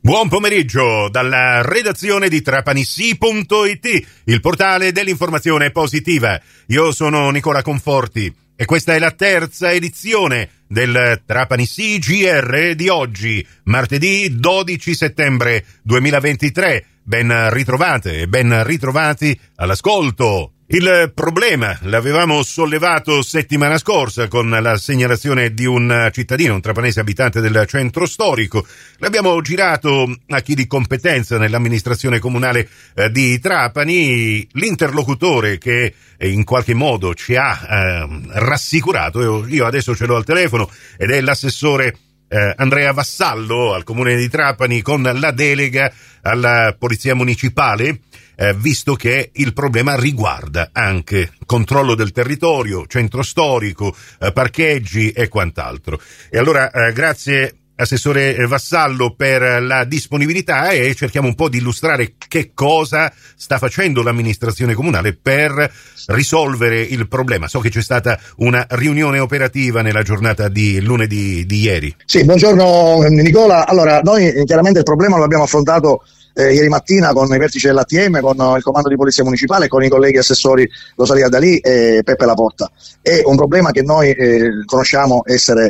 Buon pomeriggio dalla redazione di Trapanissi.it, il portale dell'informazione positiva. Io sono Nicola Conforti e questa è la terza edizione del Trapanissi GR di oggi, martedì 12 settembre 2023. Ben ritrovate e ben ritrovati all'ascolto. Il problema l'avevamo sollevato settimana scorsa con la segnalazione di un cittadino, un trapanese abitante del centro storico. L'abbiamo girato a chi di competenza nell'amministrazione comunale di Trapani, l'interlocutore che in qualche modo ci ha rassicurato, io adesso ce l'ho al telefono, ed è l'assessore Andrea Vassallo al comune di Trapani con la delega alla polizia municipale, visto che il problema riguarda anche controllo del territorio, centro storico, parcheggi e quant'altro. E allora grazie Assessore Vassallo per la disponibilità, e cerchiamo un po' di illustrare che cosa sta facendo l'amministrazione comunale per risolvere il problema. So che c'è stata una riunione operativa nella giornata di lunedì di ieri. Sì, buongiorno Nicola. Allora, noi chiaramente il problema lo abbiamo affrontato ieri mattina con i vertici dell'ATM, con il comando di polizia municipale e con i colleghi assessori Rosalia Dalì e Peppe Laporta. È un problema che noi conosciamo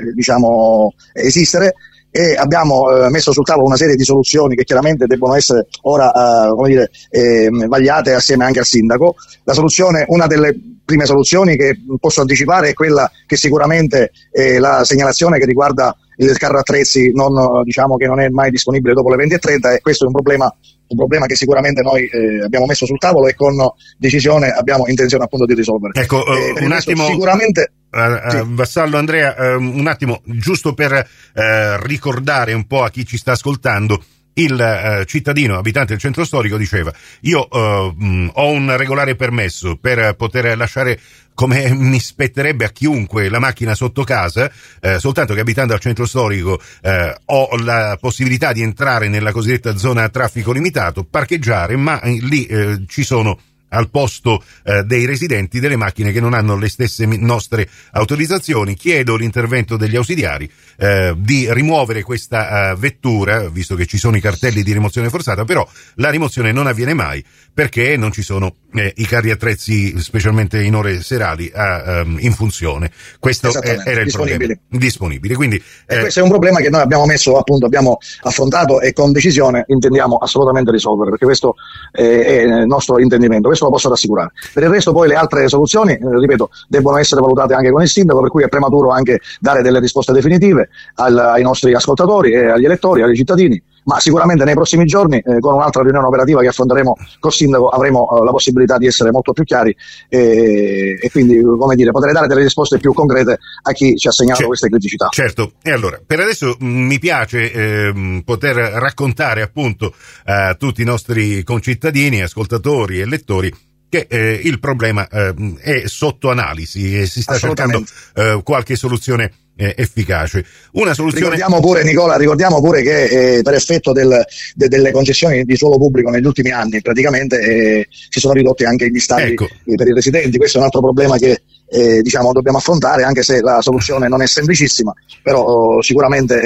esistere, e abbiamo messo sul tavolo una serie di soluzioni che chiaramente debbono essere ora vagliate assieme anche al sindaco. Una delle prime soluzioni che posso anticipare è quella che sicuramente la segnalazione che riguarda il carro attrezzi che non è mai disponibile dopo le 20:30, e questo è un problema che sicuramente noi abbiamo messo sul tavolo e con decisione abbiamo intenzione appunto di risolvere. Ecco, un attimo sicuramente sì. Vassallo Andrea, un attimo giusto per ricordare un po' a chi ci sta ascoltando. Il cittadino abitante del centro storico diceva: io ho un regolare permesso per poter lasciare, come mi spetterebbe a chiunque, la macchina sotto casa, soltanto che abitando al centro storico ho la possibilità di entrare nella cosiddetta zona a traffico limitato, parcheggiare, ma lì ci sono al posto dei residenti delle macchine che non hanno le stesse nostre autorizzazioni. Chiedo l'intervento degli ausiliari di rimuovere questa vettura, visto che ci sono i cartelli di rimozione forzata, però la rimozione non avviene mai perché non ci sono i carri attrezzi, specialmente in ore serali, in funzione. Questo era il problema. Disponibili. Quindi questo è un problema che noi abbiamo affrontato e con decisione intendiamo assolutamente risolvere, perché questo è il nostro intendimento. Questo lo posso rassicurare. Per il resto poi le altre soluzioni, ripeto, debbono essere valutate anche con il sindaco, per cui è prematuro anche dare delle risposte definitive ai nostri ascoltatori e agli elettori, agli cittadini, ma sicuramente nei prossimi giorni con un'altra riunione operativa che affronteremo col sindaco avremo la possibilità di essere molto più chiari e quindi, come dire, potrei dare delle risposte più concrete a chi ci ha segnalato queste criticità. Certo. E allora, per adesso mi piace poter raccontare appunto a tutti i nostri concittadini, ascoltatori e lettori che il problema è sotto analisi e si sta cercando qualche soluzione efficace. Una soluzione. Ricordiamo pure che per effetto delle concessioni di suolo pubblico negli ultimi anni praticamente si sono ridotti anche gli stalli per i residenti. Questo è un altro problema che dobbiamo affrontare, anche se la soluzione non è semplicissima, però sicuramente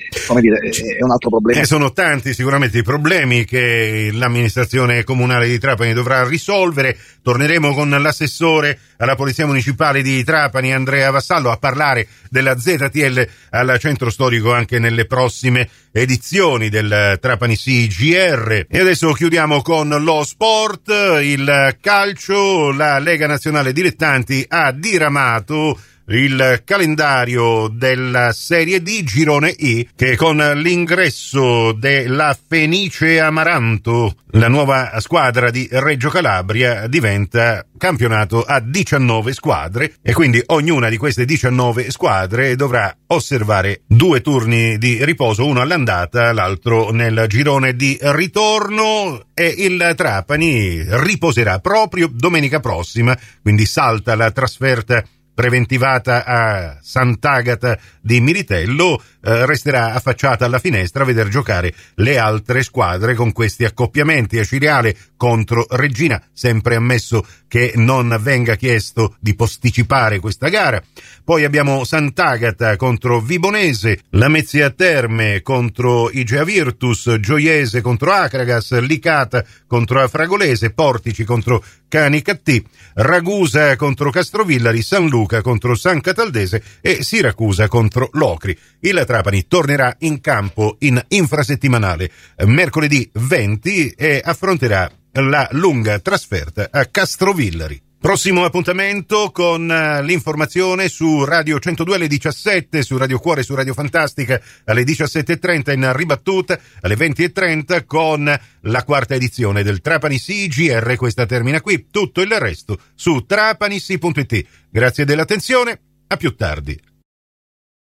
è un altro problema. Sono tanti sicuramente i problemi che l'amministrazione comunale di Trapani dovrà risolvere. Torneremo con l'assessore alla polizia municipale di Trapani, Andrea Vassallo, a parlare della ZTL al centro storico anche nelle prossime edizioni del Trapanissi GR. E adesso chiudiamo con lo sport, il calcio. La Lega Nazionale Dilettanti ha diramato il calendario della Serie D Girone I, che con l'ingresso della Fenice Amaranto, la nuova squadra di Reggio Calabria, diventa campionato a 19 squadre, e quindi ognuna di queste 19 squadre dovrà osservare 2 turni di riposo, uno all'andata, l'altro nel girone di ritorno, e il Trapani riposerà proprio domenica prossima, quindi salta la trasferta preventivata a Sant'Agata di Militello, resterà affacciata alla finestra a veder giocare le altre squadre con questi accoppiamenti. Aciriale contro Reggina, sempre ammesso che non venga chiesto di posticipare questa gara. Poi abbiamo Sant'Agata contro Vibonese, Lamezia Terme contro Igea Virtus, Gioiese contro Acragas, Licata contro Afragolese, Portici contro Canicattì, Ragusa contro Castrovillari, San Luca contro San Cataldese e Siracusa contro Locri. Il Trapani tornerà in campo in infrasettimanale mercoledì 20 e affronterà la lunga trasferta a Castrovillari. Prossimo appuntamento con l'informazione su Radio 102 alle 17, su Radio Cuore, su Radio Fantastica alle 17.30, in ribattuta alle 20.30 con la quarta edizione del Trapani CGR. Questa termina qui, tutto il resto su trapanissi.it. Grazie dell'attenzione, a più tardi.